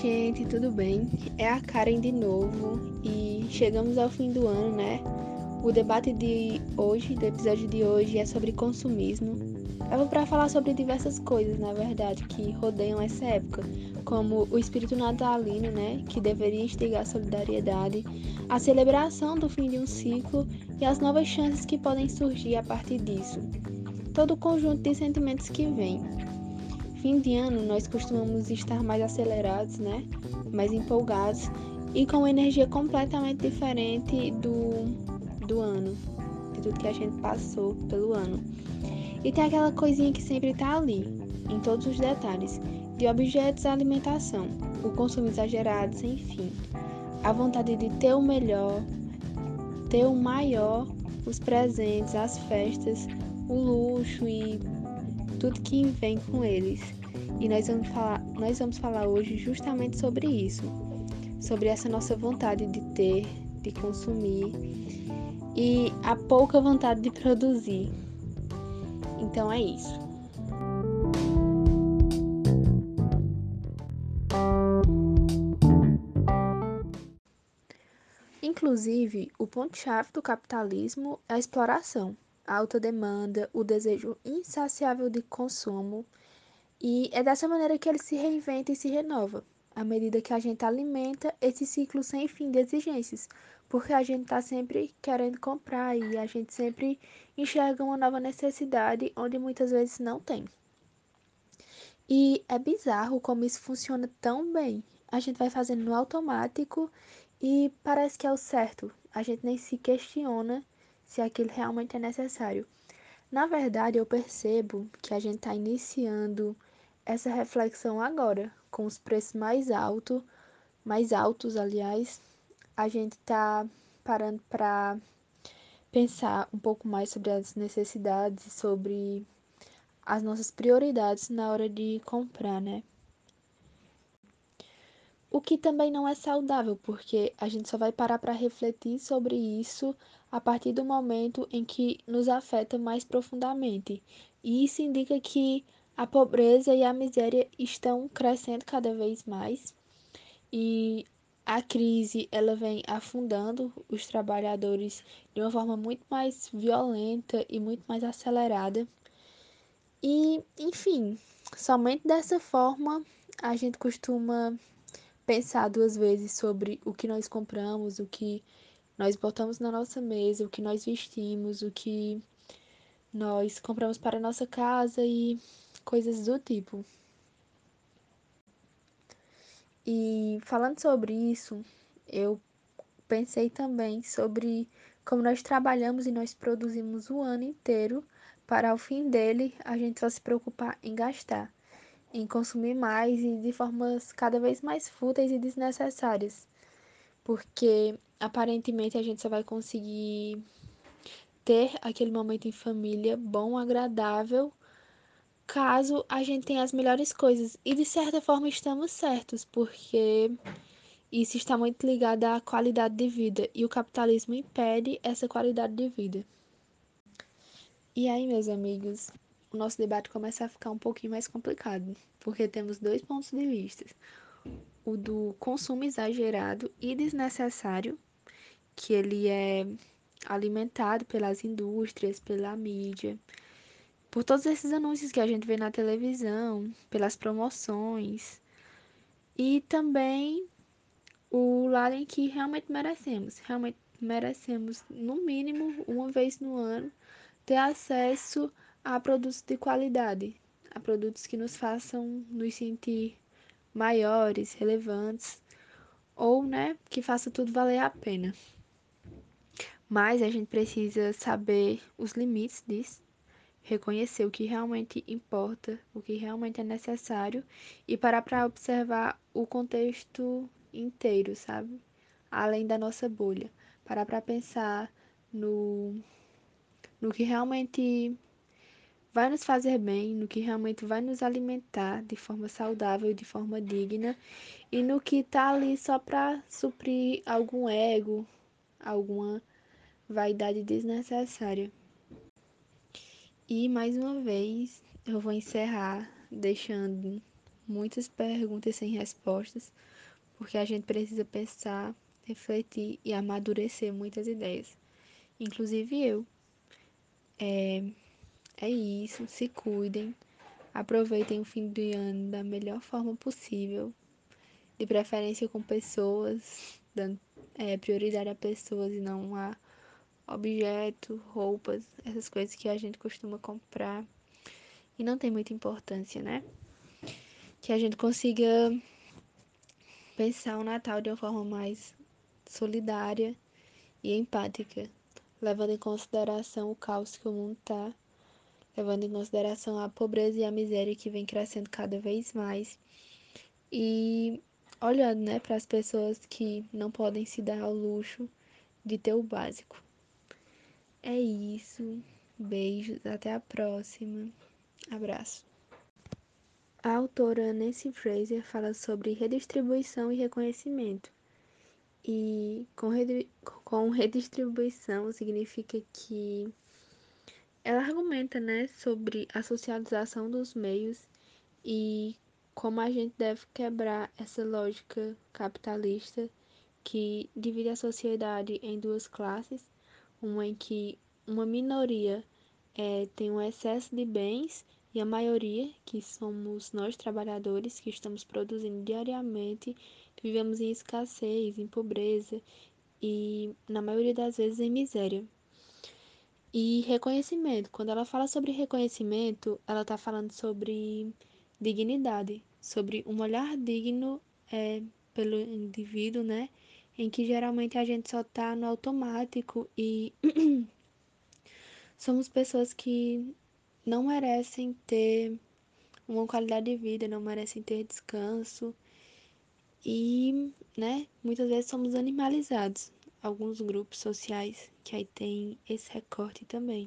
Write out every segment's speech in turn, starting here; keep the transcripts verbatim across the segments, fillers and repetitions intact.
gente, tudo bem? É a Karen de novo e chegamos ao fim do ano, né? O debate de hoje, do episódio de hoje, é sobre consumismo. Eu vou para falar sobre diversas coisas, na verdade, que rodeiam essa época, como o espírito natalino, né? Que deveria instigar a solidariedade, a celebração do fim de um ciclo e as novas chances que podem surgir a partir disso. Todo o conjunto de sentimentos que vem. Fim de ano, nós costumamos estar mais acelerados, né? Mais empolgados e com uma energia completamente diferente do, do ano, de tudo que a gente passou pelo ano. E tem aquela coisinha que sempre tá ali, em todos os detalhes, de objetos à alimentação, o consumo exagerado sem fim, a vontade de ter o melhor, ter o maior, os presentes, as festas, o luxo e tudo que vem com eles. E nós vamos falar, nós vamos falar hoje justamente sobre isso, sobre essa nossa vontade de ter, de consumir e a pouca vontade de produzir. Então é isso. Inclusive, o ponto-chave do capitalismo é a exploração, a alta demanda, o desejo insaciável de consumo. E é dessa maneira que ele se reinventa e se renova, à medida que a gente alimenta esse ciclo sem fim de exigências, porque a gente está sempre querendo comprar e a gente sempre enxerga uma nova necessidade onde muitas vezes não tem. E é bizarro como isso funciona tão bem. A gente vai fazendo no automático e parece que é o certo. A gente nem se questiona se aquilo realmente é necessário. Na verdade, eu percebo que a gente está iniciando essa reflexão agora, com os preços mais altos, mais altos, aliás, a gente está parando para pensar um pouco mais sobre as necessidades, sobre as nossas prioridades na hora de comprar, né? O que também não é saudável, porque a gente só vai parar para refletir sobre isso a partir do momento em que nos afeta mais profundamente. E isso indica que a pobreza e a miséria estão crescendo cada vez mais e a crise ela vem afundando os trabalhadores de uma forma muito mais violenta e muito mais acelerada. E, enfim, somente dessa forma a gente costuma pensar duas vezes sobre o que nós compramos, o que nós botamos na nossa mesa, o que nós vestimos, o que nós compramos para a nossa casa e coisas do tipo. E falando sobre isso, eu pensei também sobre como nós trabalhamos e nós produzimos o ano inteiro para ao fim dele a gente só se preocupar em gastar, em consumir mais e de formas cada vez mais fúteis e desnecessárias. Porque aparentemente a gente só vai conseguir ter aquele momento em família bom, agradável, caso a gente tenha as melhores coisas. E de certa forma estamos certos, porque isso está muito ligado à qualidade de vida e o capitalismo impede essa qualidade de vida. E aí, meus amigos, o nosso debate começa a ficar um pouquinho mais complicado, porque temos dois pontos de vista: o do consumo exagerado e desnecessário, que ele é alimentado pelas indústrias, pela mídia, por todos esses anúncios que a gente vê na televisão, pelas promoções, e também o lado em que realmente merecemos, realmente merecemos, no mínimo, uma vez no ano, ter acesso a produtos de qualidade, a produtos que nos façam nos sentir maiores, relevantes, ou, né, que faça tudo valer a pena. Mas a gente precisa saber os limites disso, reconhecer o que realmente importa, o que realmente é necessário e parar para observar o contexto inteiro, sabe? Além da nossa bolha. Parar para pensar no, no que realmente vai nos fazer bem, no que realmente vai nos alimentar de forma saudável e de forma digna e no que tá ali só para suprir algum ego, alguma vaidade desnecessária. E mais uma vez eu vou encerrar deixando muitas perguntas sem respostas, porque a gente precisa pensar, refletir e amadurecer muitas ideias, inclusive eu. É, é isso, se cuidem, aproveitem o fim do ano da melhor forma possível, de preferência com pessoas, dando é, prioridade a pessoas e não a objetos, roupas, essas coisas que a gente costuma comprar e não tem muita importância, né? Que a gente consiga pensar o Natal de uma forma mais solidária e empática, levando em consideração o caos que o mundo está, levando em consideração a pobreza e a miséria que vem crescendo cada vez mais e olhando, né, para as pessoas que não podem se dar ao luxo de ter o básico. É isso. Beijos, até a próxima. Abraço. A autora Nancy Fraser fala sobre redistribuição e reconhecimento. E com, redi com redistribuição significa que ela argumenta, né, sobre a socialização dos meios e como a gente deve quebrar essa lógica capitalista que divide a sociedade em duas classes, uma em que uma minoria é, tem um excesso de bens e a maioria, que somos nós trabalhadores que estamos produzindo diariamente, vivemos em escassez, em pobreza e, na maioria das vezes, em miséria. E reconhecimento. Quando ela fala sobre reconhecimento, ela está falando sobre dignidade, sobre um olhar digno é, pelo indivíduo, né? Em que geralmente a gente só está no automático e somos pessoas que não merecem ter uma qualidade de vida, não merecem ter descanso e, né, muitas vezes somos animalizados. Alguns grupos sociais que aí tem esse recorte também.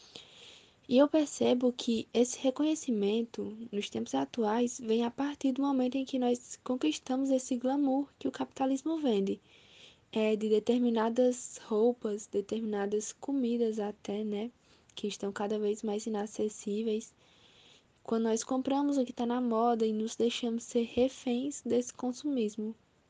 E eu percebo que esse reconhecimento, nos tempos atuais, vem a partir do momento em que nós conquistamos esse glamour que o capitalismo vende. É, de determinadas roupas, determinadas comidas até, né? Que estão cada vez mais inacessíveis. Quando nós compramos o que está na moda e nos deixamos ser reféns desse consumismo.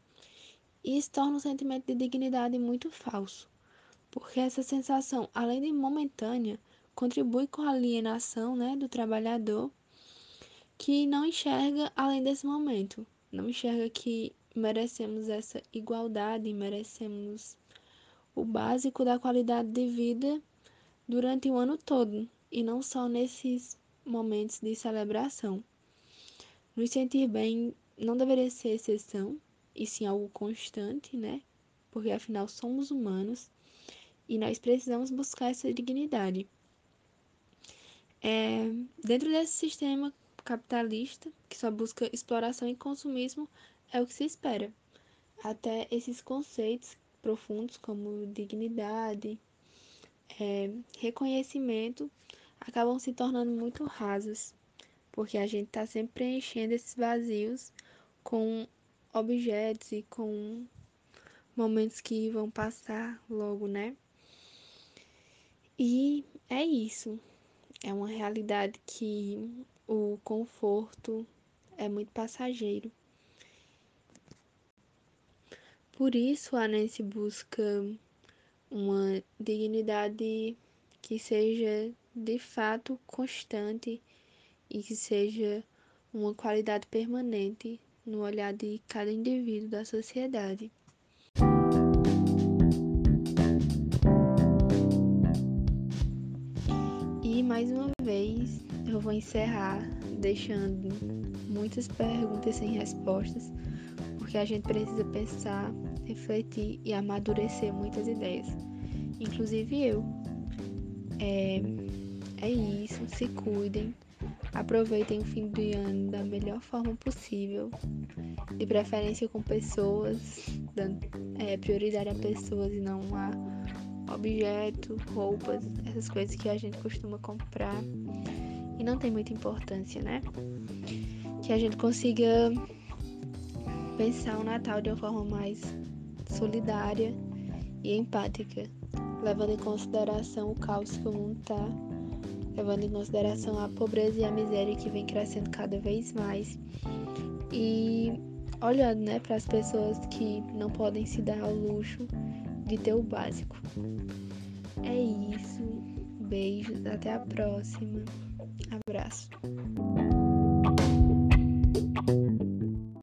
E isso torna um sentimento de dignidade muito falso. Porque essa sensação, além de momentânea, contribui com a alienação, né, do trabalhador que não enxerga além desse momento, não enxerga que merecemos essa igualdade, merecemos o básico da qualidade de vida durante o ano todo e não só nesses momentos de celebração. Nos sentir bem não deveria ser exceção, e sim algo constante, né? Porque afinal somos humanos e nós precisamos buscar essa dignidade. É, dentro desse sistema capitalista, que só busca exploração e consumismo, é o que se espera. Até esses conceitos profundos como dignidade, é, reconhecimento, acabam se tornando muito rasos, porque a gente está sempre preenchendo esses vazios com objetos e com momentos que vão passar logo, né? E é isso. É uma realidade que o conforto é muito passageiro. Por isso, a Nancy busca uma dignidade que seja de fato constante e que seja uma qualidade permanente no olhar de cada indivíduo da sociedade. E mais uma vez eu vou encerrar deixando muitas perguntas sem respostas, porque a gente precisa pensar, refletir e amadurecer muitas ideias, inclusive eu. É, é isso, se cuidem, aproveitem o fim do ano da melhor forma possível, de preferência com pessoas, dando é, prioridade a pessoas e não a objetos, roupas, essas coisas que a gente costuma comprar e não tem muita importância, né? Que a gente consiga pensar o Natal de uma forma mais solidária e empática, levando em consideração o caos que o mundo está, levando em consideração a pobreza e a miséria que vem crescendo cada vez mais e olhando, né, para as pessoas que não podem se dar ao luxo de ter o básico. É isso. Beijos, até a próxima. Abraço.